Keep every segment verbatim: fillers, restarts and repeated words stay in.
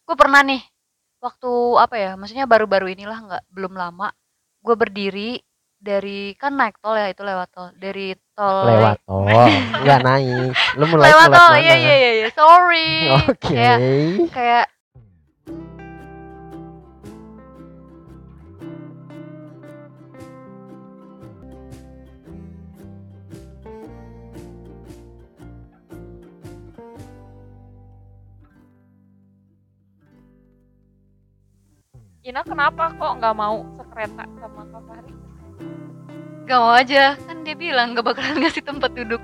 Gue pernah nih, waktu apa ya, maksudnya baru-baru inilah, nggak belum lama, gue berdiri dari kan naik tol ya, itu lewat tol, dari tol Lewat tol, nggak naik. Lu mulai lewat lewat tol, mana? iya iya iya, iya. Sorry. Oke. Kayak kayak Ina kenapa kok nggak mau sekereta sama Kak Fahri? gak mau aja, kan dia bilang gak bakalan ngasih tempat duduk.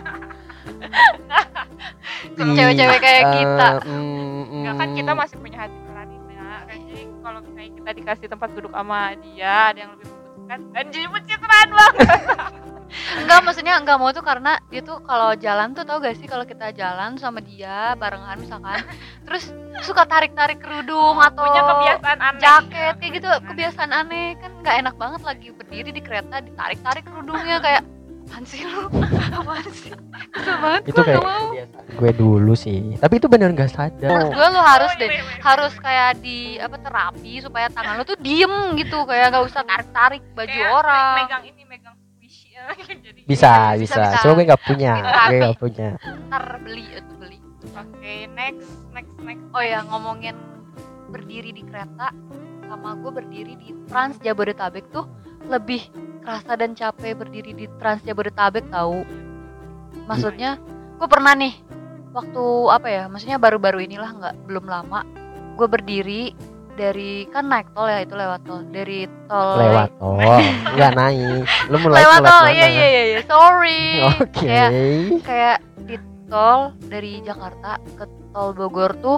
Cewek-cewek kayak Eh, kita. mm, Nggak, kan kita mm, masih punya hati nurani ya. Kan jadi kalau misalnya kita dikasih tempat duduk sama dia, ada yang lebih membutuhkan, anjir pencitraan banget. Enggak, maksudnya enggak mau tuh karena dia tuh kalau jalan tuh, tau gak sih, kalau kita jalan sama dia barengan misalkan, terus suka tarik-tarik kerudung atau Punya kebiasaan aneh. jaket kayak gitu, kebiasaan aneh kan, nggak enak banget lagi berdiri di kereta ditarik-tarik kerudungnya, kayak apaan sih lu, apaan sih, kesel banget. itu Gua kayak nggak mau. kebiasaan gue dulu sih. Tapi itu bener nggak sadar. Menurut gue lu harus Oh, deh, wait, wait, wait. harus kayak di apa, terapi supaya tangan lu tuh diem gitu, kayak nggak usah tarik-tarik baju Kayak orang. megang ini, megang squishy. Jadi Bisa, Bisa, bisa. bisa. Cuma gue nggak punya. Bisa. Gue nggak punya. Ntar beli itu beli. Oke, next, next, next. Oh ya, ngomongin berdiri di kereta, sama gue berdiri di Trans Jabodetabek tuh lebih kerasa dan capek berdiri di Trans Jabodetabek tahu. Maksudnya gue pernah nih, waktu apa ya, maksudnya baru-baru inilah, nggak belum lama, gue berdiri dari kan naik tol ya, itu lewat tol, dari tol Lewat tol, nggak naik. Lu mulai lewat lewat tol, mana? iya iya iya, sorry. Oke. Kayak kayak di tol dari Jakarta ke tol Bogor tuh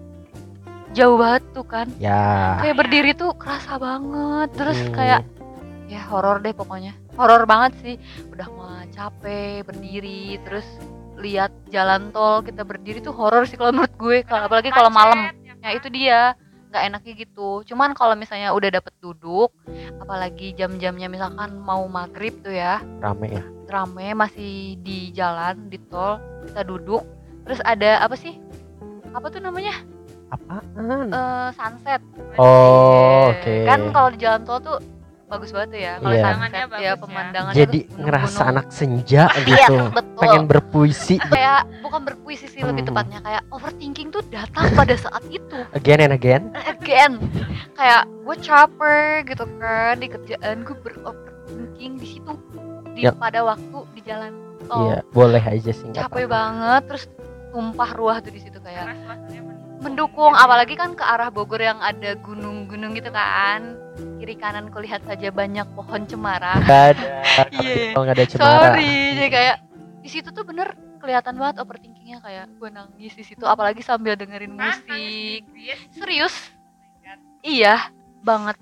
jauh banget tuh kan. Ya. Kayak berdiri tuh kerasa banget. Terus Hmm. kayak ya horor deh pokoknya. Horor banget sih. Udah mah capek berdiri, terus lihat jalan tol kita berdiri tuh horor sih kalau menurut gue. Kalau apalagi kalau malam. Ya itu dia. Nggak enaknya gitu. Cuman kalau misalnya udah dapet duduk, apalagi jam-jamnya misalkan mau maghrib tuh ya, Rame ya. rame masih di jalan di tol, kita duduk, terus ada apa sih, apa tuh namanya, Apaan? Eh, sunset. Oh, Iya. oke. Kan kalau di jalan tol tuh bagus banget tuh ya kalau Iya. sunset Pemandangannya bagus ya, ya. pemandangannya Jadi tuh ngerasa gunung-gunung. anak senja Iya, gitu. betul. Pengen berpuisi. Kayak bukan berpuisi sih, lebih Hmm. tepatnya kayak overthinking tuh datang pada saat itu. Again and again. Again, kayak gue capek gitu kan di kerjaan, gue beroverthinking di situ di Yap. pada waktu di jalan tol. Iya, boleh aja sih, nggak Capek apa-apa. banget, terus tumpah ruah tuh di situ kayak Karena suasananya mendukung. mendukung, apalagi kan ke arah Bogor yang ada gunung-gunung gitu kan, kiri kanan kulihat saja banyak pohon cemara. Nggak ada. Iya. Kalau nggak ada cemara. Sorry, jadi kayak di situ tuh bener kelihatan banget overthinkingnya, kayak gue nangis di situ, apalagi sambil dengerin Hah, musik. nangis di Inggris? Serius? Oh my God. Iya, banget.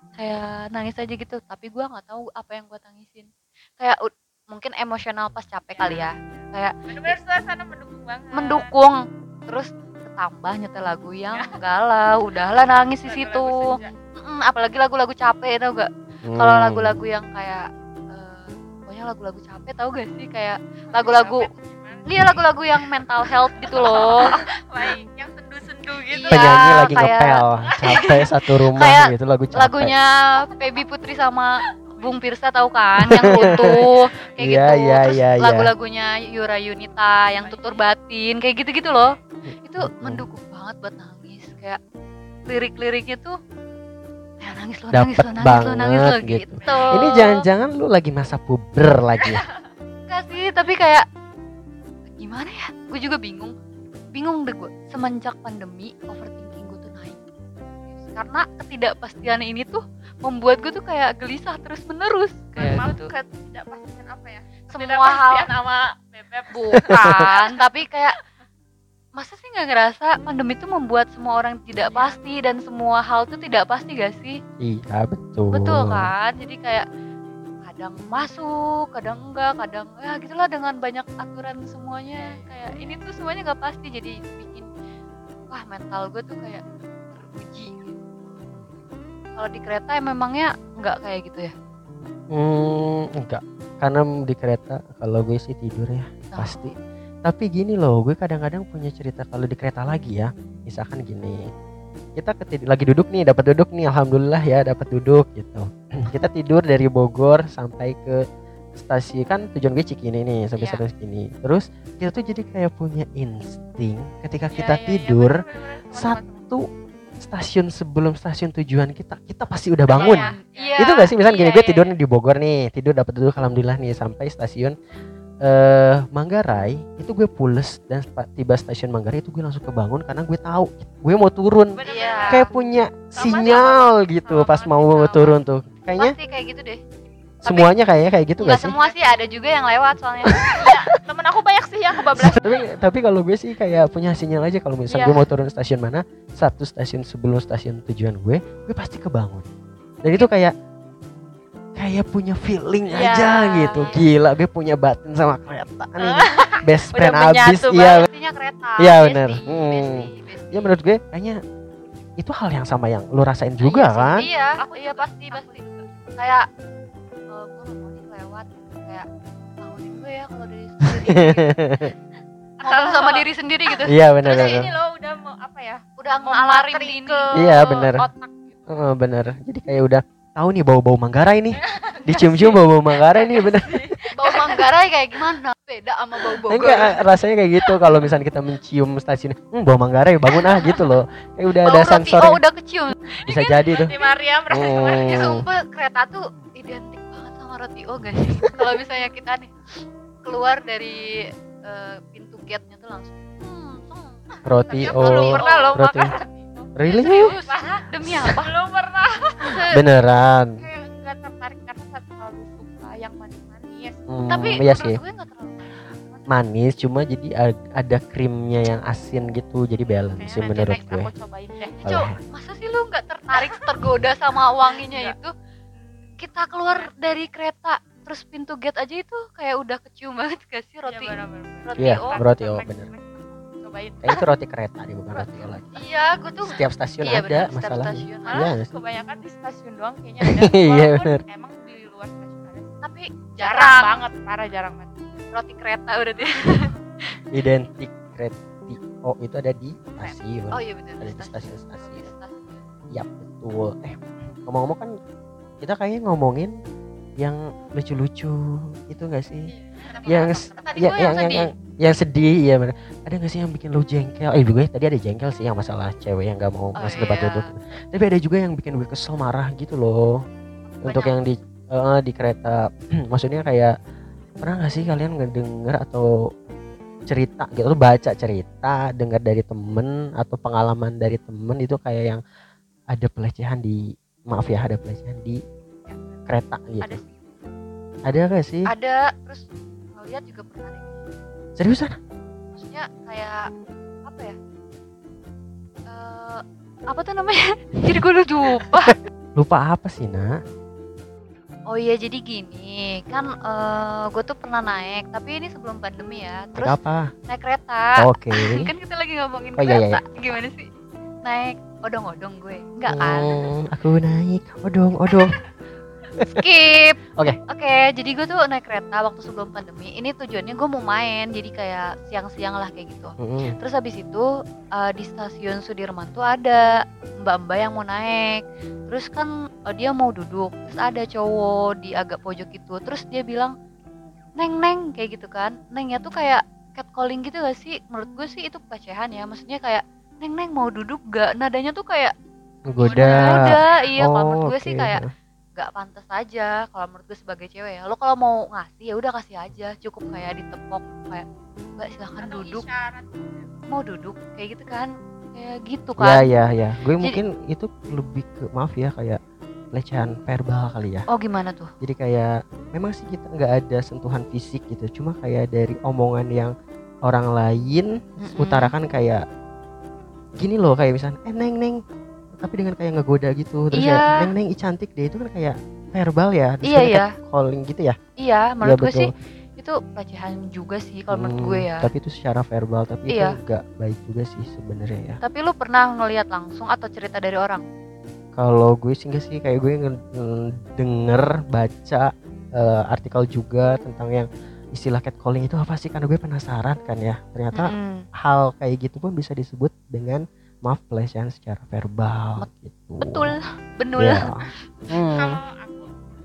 Kayak nangis aja gitu, tapi gue nggak tahu apa yang gue tangisin. Kayak u- mungkin emosional pas capek kali ya. Kayak Bener-bener suasana mendukung banget. mendukung, terus ketambah nyetel lagu yang galau, udahlah nangis di situ. Lagu-lagu senja. Mm-mm, apalagi lagu-lagu capek, tau gak? Hmm. Kalau lagu-lagu yang kayak eh, pokoknya lagu-lagu capek, tau gak sih, kayak lagu-lagu, Capek tuh gimana? iya lagu-lagu yang mental health gitu loh. Like yang sendu-sendu gitu. Iya. penyanyi lagi kayak- ngepel, capek satu rumah Kayak gitu, lagu capek. Lagunya Feby Putri sama Bung Pirsa tahu kan, yang runtuh kayak Iya, gitu. iya, Terus iya, iya. lagu-lagunya Yura Yunita yang tutur batin kayak gitu-gitu loh. Itu Hmm. mendukung banget buat nangis. Kayak lirik-liriknya tuh ya nangis lo, nangis Dapet lo, nangis lo, nangis lo banget gitu. gitu. Ini jangan-jangan lu lagi masa puber lagi. Enggak sih, tapi kayak gimana ya? Gue juga bingung. Bingung deh gue. Semenjak pandemi, overthinking gue tuh naik. Karena ketidakpastian ini tuh membuat gue tuh kayak gelisah terus menerus. Kayak Maaf, gitu. ketidakpastian apa ya? Semua hal Ketidakpastian sama bebek. bukan, tapi kayak masa sih nggak ngerasa pandemi tuh membuat semua orang tidak pasti dan semua hal tuh tidak pasti gak sih? Iya, betul. Betul kan? Jadi kayak kadang masuk, kadang enggak, kadang ya gitulah, dengan banyak aturan semuanya. Kayak ini tuh semuanya nggak pasti, jadi bikin wah, mental gue tuh kayak teruji gitu. Kalau di kereta ya memangnya nggak kayak gitu ya? Hmm, enggak. Karena di kereta kalau gue sih tidur ya, Oh. pasti. Tapi gini loh, gue kadang-kadang punya cerita kalau di kereta lagi ya. Misalkan gini, kita ketid- lagi duduk nih, dapat duduk nih, alhamdulillah ya dapat duduk gitu. Kita tidur dari Bogor sampai ke stasiun, kan tujuan gue Cikini nih sampai Iya. stasiun Cikini. Terus kita tuh jadi kayak punya insting ketika Iya, kita iya, iya, tidur bener, bener, bener. satu stasiun sebelum stasiun tujuan kita, kita pasti udah bangun. Iya, iya. Iya. Itu gak sih, misalnya gini, iya, gue iya. tidur nih di Bogor nih, tidur dapat duduk alhamdulillah nih sampai stasiun eh Manggarai, itu gue pules dan spa- tiba stasiun Manggarai itu gue langsung kebangun karena gue tahu gue mau turun. Bener, Iya. bener. Kayak punya Sama, sinyal sama. gitu Sama pas banget mau sih, sama. turun tuh. Kayaknya Pasti kayak gitu deh. semuanya kayaknya kayak gitu Enggak gak sih? semua sih, ada juga yang lewat soalnya. Temen aku banyak sih yang kebablasan. tapi tapi kalau gue sih kayak punya sinyal aja kalau misalnya Iya. gue mau turun stasiun mana, satu stasiun sebelum stasiun tujuan gue, gue pasti kebangun. Dan itu kayak kayak punya feeling Iya. aja gitu. Gila, gue punya batin sama kereta nih. Best Udah friend abis. menyatu Iya. Pastinya kereta. Iya, bestie, bener. bestie, Hmm. bestie. Ya menurut gue kayaknya itu hal yang sama yang lu rasain juga Iya sih, kan? Iya, Aku iya juga, pasti aku pasti. juga. Kayak eh gue gak mau nih lewat, kayak bangunin gue ya kalau dari sendiri. Ngomong sama diri sendiri gitu. Iya benar Terus benar. ini loh udah mau apa ya? Udah Mau ngalarin materi dini. ke Iya, bener. otak gitu. Heeh, bener. Jadi kayak udah tahu nih bau-bau Manggarai nih. Dicium-cium bau-bau Manggarai nih bener. Bau Manggarai kayak gimana? Beda sama bau Bogor. Enggak, rasanya kayak gitu kalau misalnya kita mencium stasiun, hmm, bau Manggarai bangun ah gitu loh. Kayak udah Bau ada roti sensor. oh udah kecium. Bisa jadi tuh. Di Mariam rasa Oh. Ya sumpah kereta tuh identik banget sama roti O gak sih? Kalau misalnya kita nih keluar dari eh, pintu gate-nya tuh langsung hmm, hmm. Roti Tapi oh. belum pernah loh roti. makan roti. Really? Serius? Demi apa? Belum pernah. Se- Beneran. Kayak nggak tertarik karena nggak terlalu suka yang manis-manis. Hmm, Tapi iya menurut sih. gue gak terlalu manis. Manis cuma jadi a- ada krimnya yang asin gitu jadi balance Kayaknya sih nanti menurut next gue. aku cobain deh. Cuk, Alah. masa sih lu gak tertarik tergoda sama wanginya Nggak. itu? Kita keluar dari kereta terus pintu gate aja itu kayak udah kecium banget gak sih roti? Iya, bener-bener. roti Iya, O. roti O Next, bener. next. Cobain. Kayak itu roti kereta nih bukan roti O lagi. Iya, gue tuh Setiap stasiun iya ada bener, setiap masalahnya. stasiun ada. Iya Malah nggak sih? kebanyakan di stasiun doang kayaknya ada. Iya, Walaupun bener. emang di luar stasiun ada. Tapi Jarang jarang banget, parah jarang banget. roti kereta udah deh. Identik kreti O itu ada di stasiun. Oh iya bener. Ada di Roti stasiun-stasiun. stasiun. Yap, betul. Eh, ngomong-ngomong kan kita kayaknya ngomongin yang lucu-lucu itu enggak sih? Yang s- Tadi ya, gue yang, yang yang, sedih. yang yang sedih ya bener. Ada nggak sih yang bikin lu jengkel? Eh gue tadi ada jengkel sih yang masalah cewek yang nggak mau Oh, ngasih tempat iya. duduk. Tapi ada juga yang bikin gue kesel marah gitu loh. Untuk Banyak. yang di eh, di kereta. Maksudnya kayak pernah nggak sih kalian ngedenger atau cerita gitu atau baca cerita, dengar dari temen atau pengalaman dari temen itu kayak yang ada pelecehan di maaf ya ada pelecehan di kereta gitu. Ada sih. Ada nggak sih? Ada terus ngeliat juga pernah deh. Seriusan? Maksudnya kayak apa ya? Eh apa tuh namanya? Jadi gue udah lupa. Lupa apa sih, Nak? Oh iya jadi gini kan eh gue tuh pernah naik tapi ini sebelum pandemi ya Naik terus apa? naik kereta Oke. kan kita lagi ngomongin Oh, iya, iya, kereta gimana sih naik odong-odong gue enggak kan Hmm, aku naik odong odong. skip Oke. oke jadi gue tuh naik kereta waktu sebelum pandemi ini tujuannya gue mau main jadi kayak siang-siang lah kayak gitu Mm-mm. terus habis itu eh, di stasiun Sudirman tuh ada mbak-mbak yang mau naik terus kan eh, dia mau duduk terus ada cowok di agak pojok itu terus dia bilang neng neng kayak gitu kan nengnya tuh kayak catcalling gitu gak sih menurut gue sih itu pelecehan ya maksudnya kayak neng neng mau duduk gak nadanya tuh kayak Goda. udah iya kalau menurut gue Oh, sih oke. kayak gak pantas aja kalau menurut gue sebagai cewek ya lo kalau mau ngasih ya udah kasih aja cukup kayak ditepok kayak mbak silahkan Atau duduk isyarat. mau duduk kayak gitu kan kayak gitu Ya kan ya ya. Gue Jadi- mungkin itu lebih ke maaf ya kayak pelecehan verbal kali ya. oh gimana tuh Jadi kayak memang sih kita nggak ada sentuhan fisik gitu. Cuma kayak dari omongan yang orang lain Mm-mm. utarakan kayak gini loh kayak misalnya eh neng neng tapi dengan kayak ngegoda gitu terus Iya. ya neng neng ih cantik deh itu kan kayak verbal ya terus Iya, kan iya. calling gitu ya. iya Iya, menurut gue betul. sih itu pelecehan juga sih kalau menurut Hmm, gue ya Tapi itu secara verbal tapi Iya. itu nggak baik juga sih sebenarnya ya. tapi lu pernah ngelihat langsung atau cerita dari orang Kalau gue sih enggak sih kayak gue nge- nge- denger baca eh, artikel juga tentang yang istilah catcalling itu apa sih karena gue penasaran kan ya ternyata Mm-mm. hal kayak gitu pun bisa disebut dengan maaf pelecehan secara verbal gitu. Betul, benul. Ya. Hmm. Kalau aku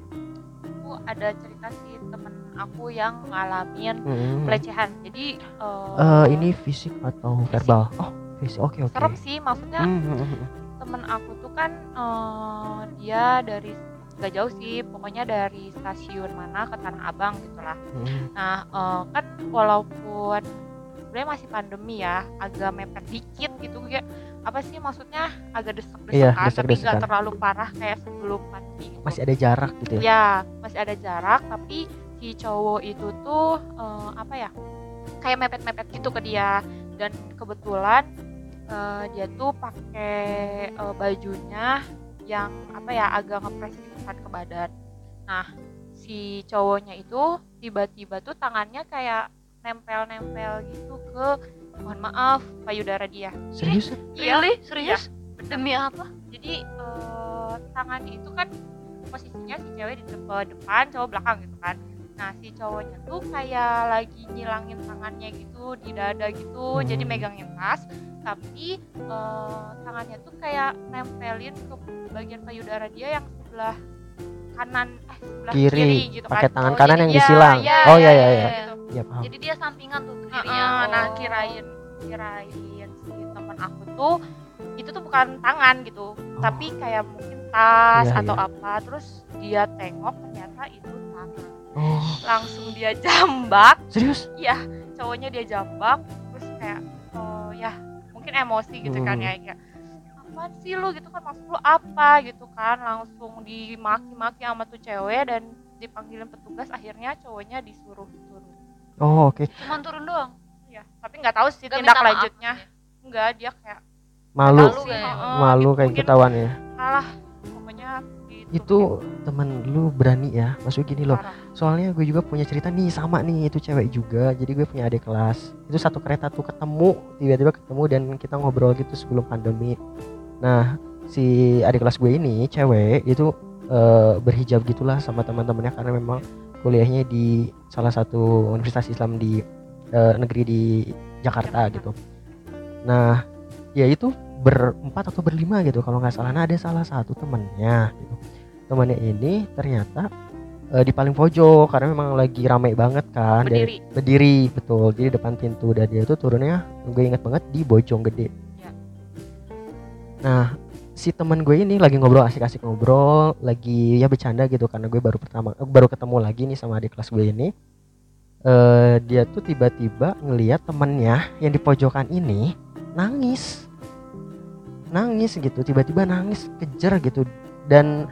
aku ada cerita sih temen aku yang ngalamin Hmm. pelecehan. Jadi eh, Eh, ini fisik atau verbal? Oh, fisik. Oke, oke. serem sih, maksudnya Hmm, hmm, hmm. temen aku tuh kan eh, dia dari gak jauh sih, pokoknya dari stasiun mana ke Tanah Abang gitulah. Hmm. Nah eh, kan walaupun sebenarnya masih pandemi ya, agak mepet dikit gitu, kayak apa sih maksudnya agak desek-desekan, Iya, tapi desek-desekan. nggak terlalu parah kayak sebelum pandemi gitu. Masih ada jarak gitu ya. Ya masih ada jarak, tapi si cowok itu tuh eh, apa ya, kayak mepet-mepet gitu ke dia. Dan kebetulan eh, dia tuh pakai eh, bajunya yang apa ya, agak ngepres gitu kan ke badan. Nah si cowoknya itu tiba-tiba tuh tangannya kayak nempel-nempel gitu ke, mohon maaf, payudara dia. Serius? Iya, Really? Serius? Demi apa? jadi eh, tangannya itu kan posisinya si cewek di depan, depan cowok belakang gitu kan. Nah si cowoknya tuh kayak lagi nyilangin tangannya gitu di dada gitu, Hmm. jadi megangin tas, tapi eh, tangannya tuh kayak nempelin ke bagian payudara dia yang sebelah kanan, eh sebelah kiri, Kiri. gitu Pakai kan. tangan Oh, kanan jadi yang Iya, disilang. iya, Oh iya iya, iya iya, iya. gitu. Iya paham. Jadi dia sampingan tuh ke kirinya. Heeh, nah Oh. kirain kirain si teman aku tuh itu tuh bukan tangan gitu, tapi kayak mungkin tas Iya, atau iya. apa. Terus dia tengok ternyata itu tangan, Oh, langsung dia jambak. serius? Iya, cowoknya dia jambak. Terus kayak oh ya mungkin emosi gitu kan Hmm. ya, kayak apaan sih lu gitu kan, maksud lu apa gitu kan, langsung dimaki-maki sama tuh cewek dan dipanggilin petugas. Akhirnya cowoknya disuruh turun. Oh, oke. Cuman turun doang. Ya, tapi nggak tahu sih Nggak tindak minta maaf lanjutnya. Enggak, dia kayak Malu. Malu sih, ya? heeh, Malu gitu. kayak Mungkin ketahuan ya. salah, pokoknya gitu. Itu temen lu berani ya. Maksud gini loh. Parah. Soalnya gue juga punya cerita nih sama nih, itu cewek juga. Jadi gue punya adik kelas. Itu satu kereta tuh ketemu, tiba-tiba ketemu dan kita ngobrol gitu sebelum pandemi. Nah, si adik kelas gue ini cewek itu eh, berhijab gitulah sama teman-temannya karena memang kuliahnya di salah satu universitas Islam di eh, negeri di Jakarta gitu. Nah, ya itu berempat atau berlima gitu kalau nggak salah. Nah, ada salah satu temennya gitu. Temannya ini ternyata eh, di paling pojok karena memang lagi ramai banget kan. Dari- Berdiri. berdiri betul, jadi depan pintu. Dan dia itu turunnya gue ingat banget di Bojonggede. Ya. Nah si teman gue ini lagi ngobrol, asik-asik ngobrol, lagi ya bercanda gitu karena gue baru pertama eh, baru ketemu lagi nih sama adik kelas gue ini. Eh dia tuh tiba-tiba ngelihat temennya yang di pojokan ini nangis, nangis gitu, tiba-tiba nangis kejer gitu dan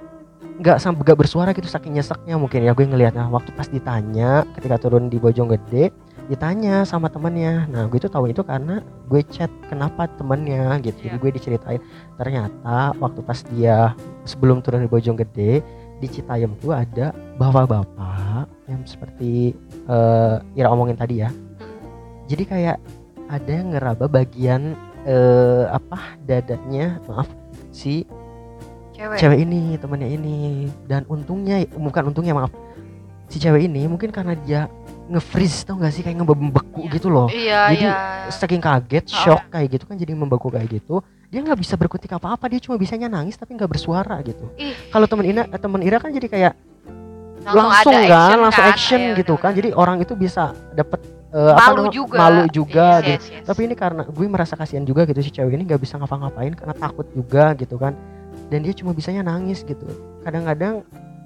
nggak sampai nggak bersuara gitu saking nyeseknya mungkin ya gue ngelihatnya. Waktu pas ditanya ketika turun di Bojonggede ditanya sama temannya, nah gue tuh tahu itu karena gue chat kenapa temannya gitu. Jadi Iya. gue diceritain ternyata waktu pas dia sebelum turun di Bojonggede di Citayam tuh ada bapak-bapak yang seperti eh, Ira omongin tadi ya. Jadi kayak ada yang ngeraba bagian eh, apa dadanya maaf si Cewek. cewek ini, temannya ini. Dan untungnya bukan untungnya maaf si cewek ini mungkin karena dia nge-freeze, tau gak sih, kayak ngebeku Iya. gitu loh. Iya, Jadi iya. saking kaget, shock kayak gitu kan, jadi membeku kayak gitu. Dia nggak bisa berkutik apa-apa, dia cuma bisanya nangis tapi nggak bersuara gitu. Ih, Kalau temen Ina, eh, temen Ira kan jadi kayak langsung, langsung ada kan, action langsung kan? action Iya, gitu kan. bener-bener. Jadi orang itu bisa dapet eh, apa malu namanya, juga. malu juga Yes, gitu. yes, yes. Tapi ini karena gue merasa kasihan juga gitu si cewek ini nggak bisa ngapa-ngapain karena takut juga gitu kan. Dan dia cuma bisanya nangis gitu. Kadang-kadang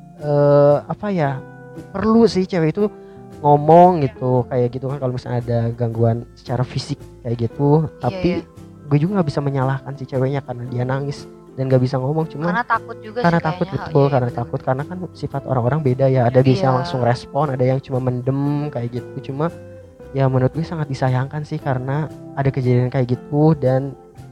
eh, apa ya, perlu sih cewek itu ngomong gitu kayak gitu kan kalau misalnya ada gangguan secara fisik kayak gitu. Tapi iya. gue juga nggak bisa menyalahkan si ceweknya karena dia nangis dan nggak bisa ngomong. Cuma Karena takut juga karena sih takut kayaknya. betul, Iya, karena bener. takut karena kan sifat orang-orang beda ya. Ada bisa Iya. langsung respon, ada yang cuma mendem kayak gitu. Cuma ya menurut gue sangat disayangkan sih karena ada kejadian kayak gitu dan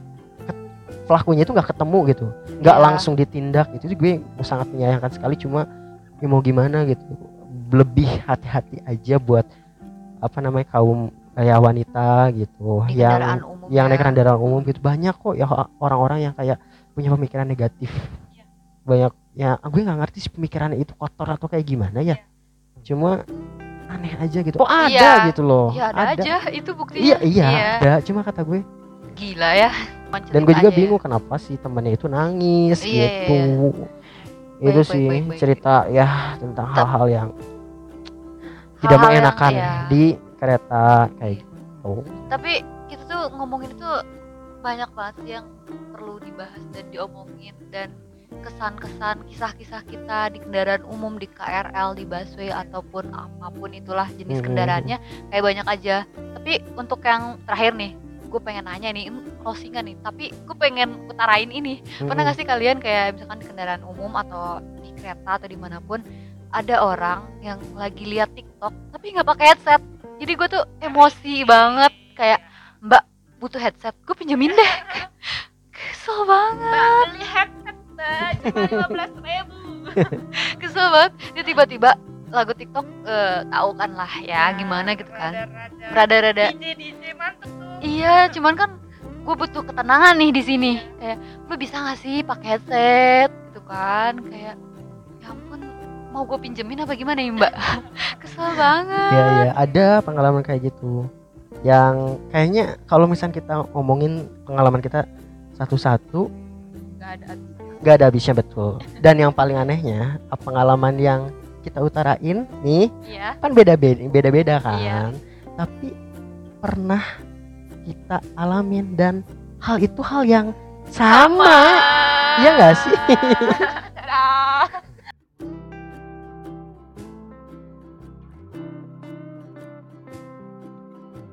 ke- pelakunya itu nggak ketemu gitu, nggak Iya. langsung ditindak gitu. Itu gue sangat menyayangkan sekali. Cuma ya mau gimana gitu, lebih hati-hati aja buat apa namanya kaum kayak wanita gitu Di yang kendaraan umum yang ya. naik kendaraan umum gitu. Banyak kok ya orang-orang yang kayak punya pemikiran negatif. Iya. Banyak ya, gue nggak ngerti sih pemikirannya itu kotor atau kayak gimana ya. Cuma aneh aja gitu. Oh ada Iya. gitu loh. Iya, ada, aja itu buktinya. Iya iya ada. Cuma kata gue Gila ya. Dan gue juga bingung kenapa sih temannya itu nangis Iya, gitu. iya. Itu Baik, sih baik, baik, baik. cerita ya tentang Tep- hal-hal yang tidak Hal-hal yang, mengenakan iya. di kereta kayak gitu. Tapi kita tuh ngomongin itu banyak banget sih yang perlu dibahas dan diomongin, dan kesan-kesan kisah-kisah kita di kendaraan umum, di K R L, di busway ataupun apapun itulah jenis Mhm. kendaraannya, kayak banyak aja. Tapi untuk yang terakhir nih, gue pengen nanya nih, ini closingan nih, tapi gue pengen utarain ini. Pernah Mhm. gak sih kalian kayak misalkan di kendaraan umum atau di kereta atau dimanapun ada orang yang lagi lihat TikTok tapi nggak pakai headset? Jadi gue tuh emosi banget, kayak mbak butuh headset, gue pinjemin deh. Kesel banget, Mbak beli headset mbak cuma lima belas ribu. kesel banget. Dia tiba-tiba lagu TikTok, eh, tahu kan lah ya gimana gitu kan, rada-rada. D J D J mantep tuh. Iya, cuman kan gue butuh ketenangan nih di sini. Kayak lu bisa nggak sih pakai headset gitu kan? Kayak ya ampun, mau gue pinjemin apa gimana ya mbak? Kesel banget. Iya iya ada pengalaman kayak gitu. Yang kayaknya kalau misalnya kita ngomongin pengalaman kita satu-satu Gak ada habisnya. nggak ada habisnya, betul. Dan yang paling anehnya pengalaman yang kita utarain nih Iya. kan beda-beda beda-beda kan. Iya. Tapi pernah kita alamin dan hal itu hal yang sama. Iya nggak sih?